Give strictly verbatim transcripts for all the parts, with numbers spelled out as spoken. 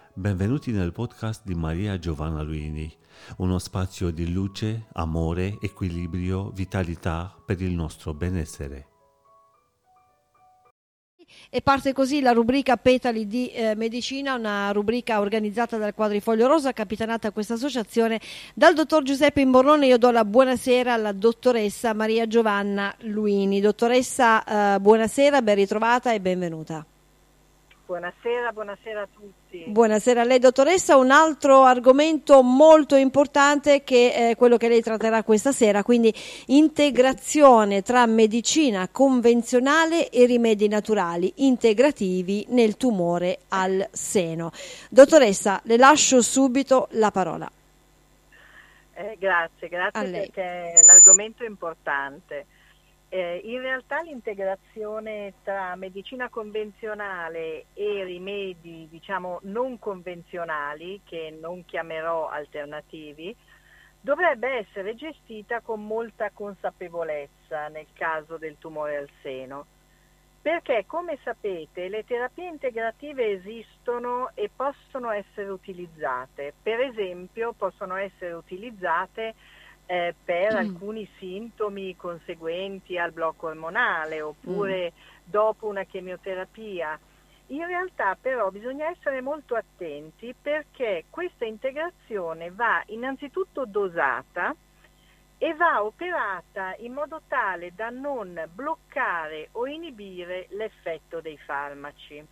Benvenuti nel podcast di Maria Giovanna Luini, uno spazio di luce, amore, equilibrio, vitalità per il nostro benessere. E parte così la rubrica Petali di eh, Medicina, una rubrica organizzata dal Quadrifoglio Rosa, capitanata questa associazione dal dottor Giuseppe Imborrone. Io do la buonasera alla dottoressa Maria Giovanna Luini. Dottoressa, eh, buonasera, ben ritrovata e benvenuta. Buonasera, buonasera a tutti. Buonasera a lei, dottoressa. Un altro argomento molto importante che è quello che lei tratterà questa sera, quindi integrazione tra medicina convenzionale e rimedi naturali integrativi nel tumore al seno. Dottoressa, le lascio subito la parola. Eh, grazie, grazie perché l'argomento è importante. Eh, in realtà l'integrazione tra medicina convenzionale e rimedi, diciamo, non convenzionali, che non chiamerò alternativi, dovrebbe essere gestita con molta consapevolezza nel caso del tumore al seno, perché, come sapete, le terapie integrative esistono e possono essere utilizzate. Per esempio, possono essere utilizzate Eh, per mm. alcuni sintomi conseguenti al blocco ormonale oppure mm. dopo una chemioterapia. In realtà però bisogna essere molto attenti perché questa integrazione va innanzitutto dosata e va operata in modo tale da non bloccare o inibire l'effetto dei farmaci.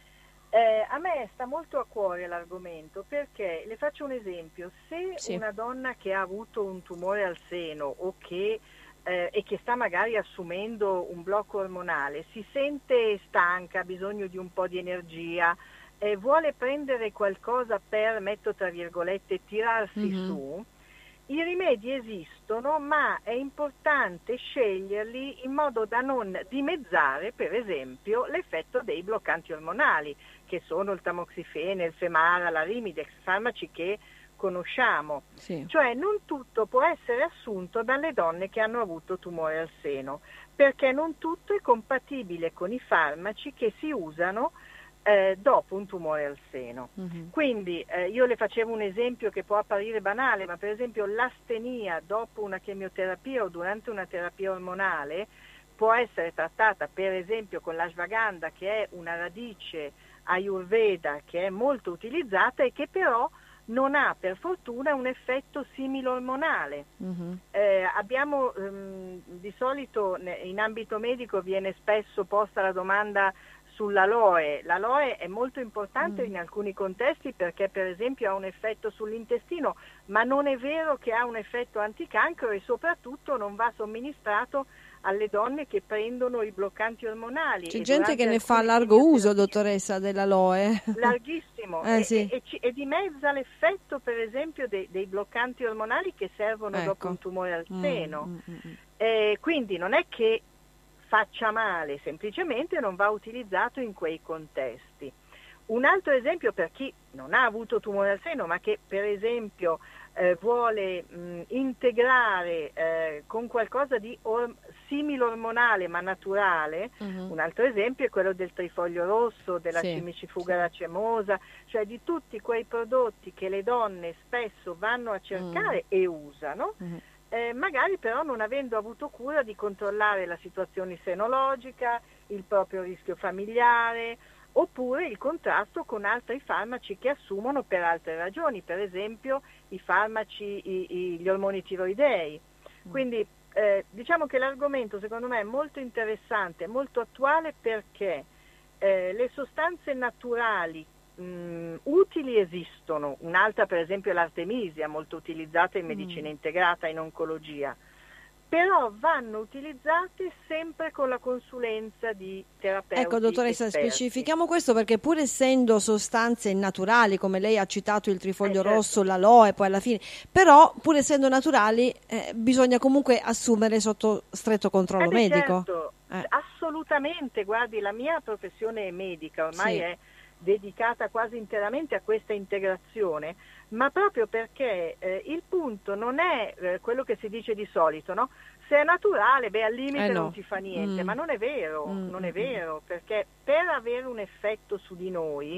Eh, a me sta molto a cuore l'argomento perché, le faccio un esempio, se sì. una donna che ha avuto un tumore al seno o che, eh, e che sta magari assumendo un blocco ormonale, si sente stanca, ha bisogno di un po' di energia, eh, vuole prendere qualcosa per, metto tra virgolette, tirarsi mm-hmm. su, i rimedi esistono, ma è importante sceglierli in modo da non dimezzare, per esempio, l'effetto dei bloccanti ormonali, che sono il tamoxifene, il Femara, la Rimidex, farmaci che conosciamo. Sì. Cioè non tutto può essere assunto dalle donne che hanno avuto tumore al seno, perché non tutto è compatibile con i farmaci che si usano Eh, dopo un tumore al seno. Uh-huh. Quindi eh, io le facevo un esempio che può apparire banale, ma per esempio l'astenia dopo una chemioterapia o durante una terapia ormonale può essere trattata per esempio con l'ashwagandha, che è una radice ayurveda che è molto utilizzata e che però non ha per fortuna un effetto similormonale. Uh-huh. Eh, abbiamo ehm, di solito in ambito medico viene spesso posta la domanda sull'aloe. L'aloe è molto importante mm. in alcuni contesti perché per esempio ha un effetto sull'intestino, ma non è vero che ha un effetto anticancro e soprattutto non va somministrato alle donne che prendono i bloccanti ormonali. C'è gente che ne fa largo uso, dottoressa, dell'aloe. Larghissimo. eh, e, sì. e, e, e dimezza l'effetto per esempio dei, dei bloccanti ormonali che servono ecco. dopo un tumore al seno. Mm, mm, mm. Eh, quindi non è che faccia male, semplicemente non va utilizzato in quei contesti. Un altro esempio per chi non ha avuto tumore al seno ma che per esempio eh, vuole mh, integrare eh, con qualcosa di or- similormonale ma naturale, uh-huh. un altro esempio è quello del trifoglio rosso, della sì, cimicifuga racemosa, cioè di tutti quei prodotti che le donne spesso vanno a cercare uh-huh. e usano, uh-huh. Eh, magari però non avendo avuto cura di controllare la situazione senologica, il proprio rischio familiare, oppure il contrasto con altri farmaci che assumono per altre ragioni, per esempio i farmaci, i, i, gli ormoni tiroidei. Quindi eh, diciamo che l'argomento secondo me è molto interessante, molto attuale perché eh, le sostanze naturali Mm, utili esistono, un'altra per esempio è l'artemisia, molto utilizzata in medicina mm. integrata, in oncologia, però vanno utilizzate sempre con la consulenza di terapeuti. Ecco dottoressa, esperti. specifichiamo questo perché pur essendo sostanze naturali, come lei ha citato il trifoglio eh, certo. rosso, l'aloe, poi alla fine, però pur essendo naturali eh, bisogna comunque assumere sotto stretto controllo eh beh, medico. Certo, eh. assolutamente, guardi, la mia professione medica ormai sì. è dedicata quasi interamente a questa integrazione, ma proprio perché eh, il punto non è eh, quello che si dice di solito, no? Se è naturale, beh, al limite eh no. non ti fa niente, mm. ma non è vero, mm. non è vero, perché per avere un effetto su di noi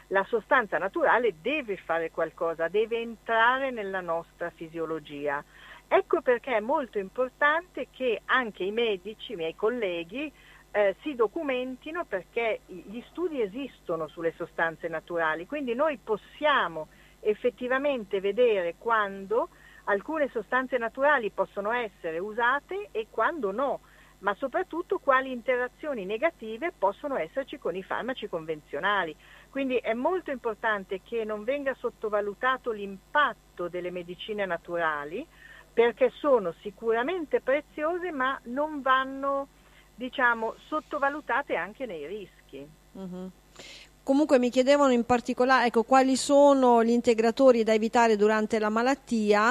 la sostanza naturale deve fare qualcosa, deve entrare nella nostra fisiologia. Ecco perché è molto importante che anche i medici, i miei colleghi, eh, si documentino, perché gli studi esistono sulle sostanze naturali, quindi noi possiamo effettivamente vedere quando alcune sostanze naturali possono essere usate e quando no, ma soprattutto quali interazioni negative possono esserci con i farmaci convenzionali. Quindi è molto importante che non venga sottovalutato l'impatto delle medicine naturali, perché sono sicuramente preziose, ma non vanno, diciamo, sottovalutate anche nei rischi. Mm-hmm. Comunque mi chiedevano in particolare, ecco, quali sono gli integratori da evitare durante la malattia,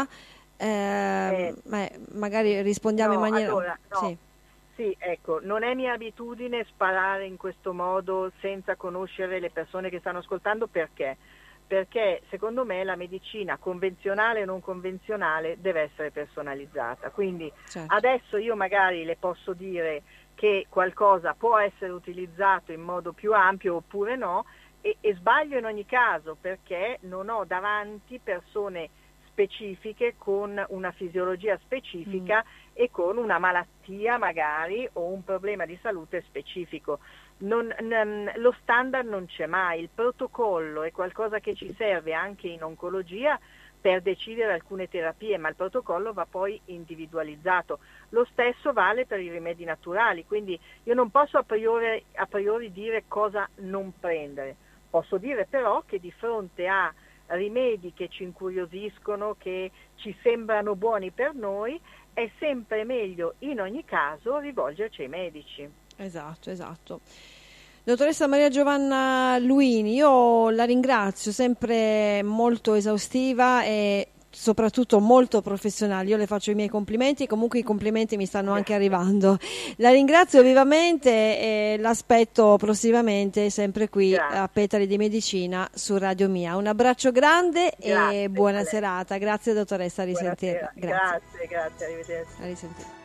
eh, eh, magari rispondiamo no, in maniera... Allora, no. Sì. Sì, ecco, non è mia abitudine sparare in questo modo senza conoscere le persone che stanno ascoltando. Perché? Perché secondo me la medicina convenzionale e non convenzionale deve essere personalizzata. Quindi certo. Adesso io magari le posso dire che qualcosa può essere utilizzato in modo più ampio oppure no, e, e sbaglio in ogni caso, perché non ho davanti persone specifiche con una fisiologia specifica mm. e con una malattia magari o un problema di salute specifico. Non, n- lo standard non c'è mai, il protocollo è qualcosa che ci serve anche in oncologia per decidere alcune terapie, ma il protocollo va poi individualizzato. Lo stesso vale per i rimedi naturali, quindi io non posso a priori, a priori dire cosa non prendere. Posso dire però che di fronte a rimedi che ci incuriosiscono, che ci sembrano buoni per noi, è sempre meglio in ogni caso rivolgerci ai medici. Esatto, esatto. Dottoressa Maria Giovanna Luini, io la ringrazio, sempre molto esaustiva e soprattutto molto professionale. Io le faccio i miei complimenti, comunque i complimenti mi stanno anche arrivando. La ringrazio vivamente e l'aspetto prossimamente sempre qui Grazie. A Petali di Medicina su Radio Mia. Un abbraccio grande grazie, e buona serata. Grazie dottoressa, a risentirla. Grazie, grazie, grazie, arrivederci. A risentirla.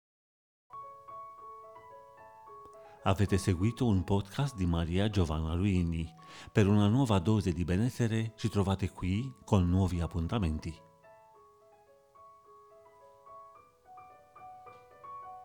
Avete seguito un podcast di Maria Giovanna Luini. Per una nuova dose di benessere ci trovate qui con nuovi appuntamenti.